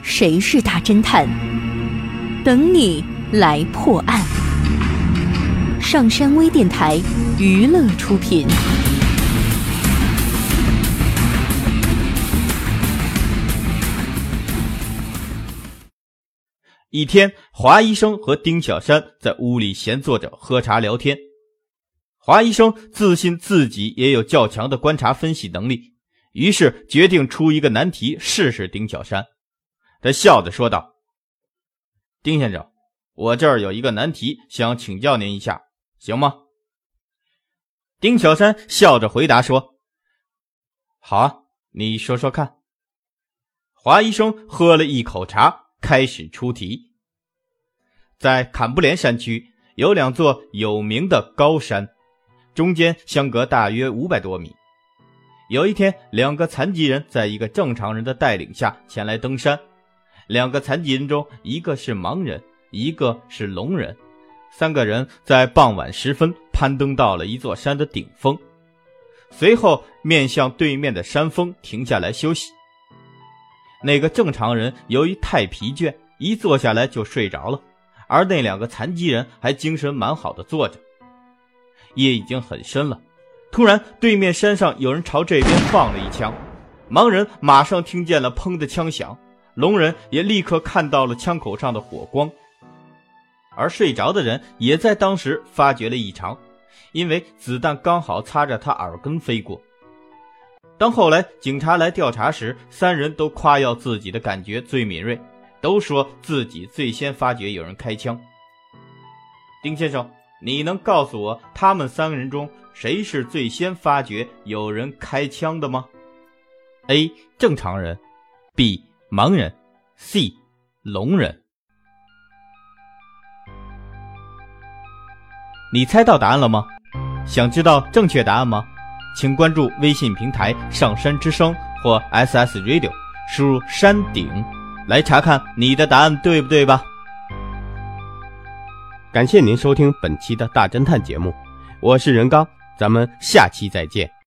谁是大侦探？等你来破案。上山微电台娱乐出品。 一天，华医生和丁小山在屋里闲坐着喝茶聊天。华医生自信自己也有较强的观察分析能力，于是决定出一个难题试试丁小山。他笑着说道：丁先生，我这儿有一个难题想请教您一下，行吗？丁小山笑着回答说：好啊，你说说看。华医生喝了一口茶，开始出题。在坎布连山区有两座有名的高山，中间相隔大约500多米。有一天，两个残疾人在一个正常人的带领下前来登山。两个残疾人中，一个是盲人，一个是聋人。3个人在傍晚时分攀登到了一座山的顶峰，随后面向对面的山峰停下来休息。那个正常人由于太疲倦，一坐下来就睡着了，而那两个残疾人还精神蛮好的坐着。夜已经很深了，突然对面山上有人朝这边放了一枪，盲人马上听见了砰的枪响，聋人也立刻看到了枪口上的火光。而睡着的人也在当时发觉了异常，因为子弹刚好擦着他耳根飞过。当后来警察来调查时，3人都夸耀自己的感觉最敏锐，都说自己最先发觉有人开枪。丁先生，你能告诉我他们3人中谁是最先发觉有人开枪的吗？ A. 正常人， B. 盲人， C. 聋人。你猜到答案了吗？想知道正确答案吗？请关注微信平台上山之声或 SS Radio， 输入山顶来查看你的答案对不对吧。感谢您收听本期的大侦探节目，我是任刚，咱们下期再见。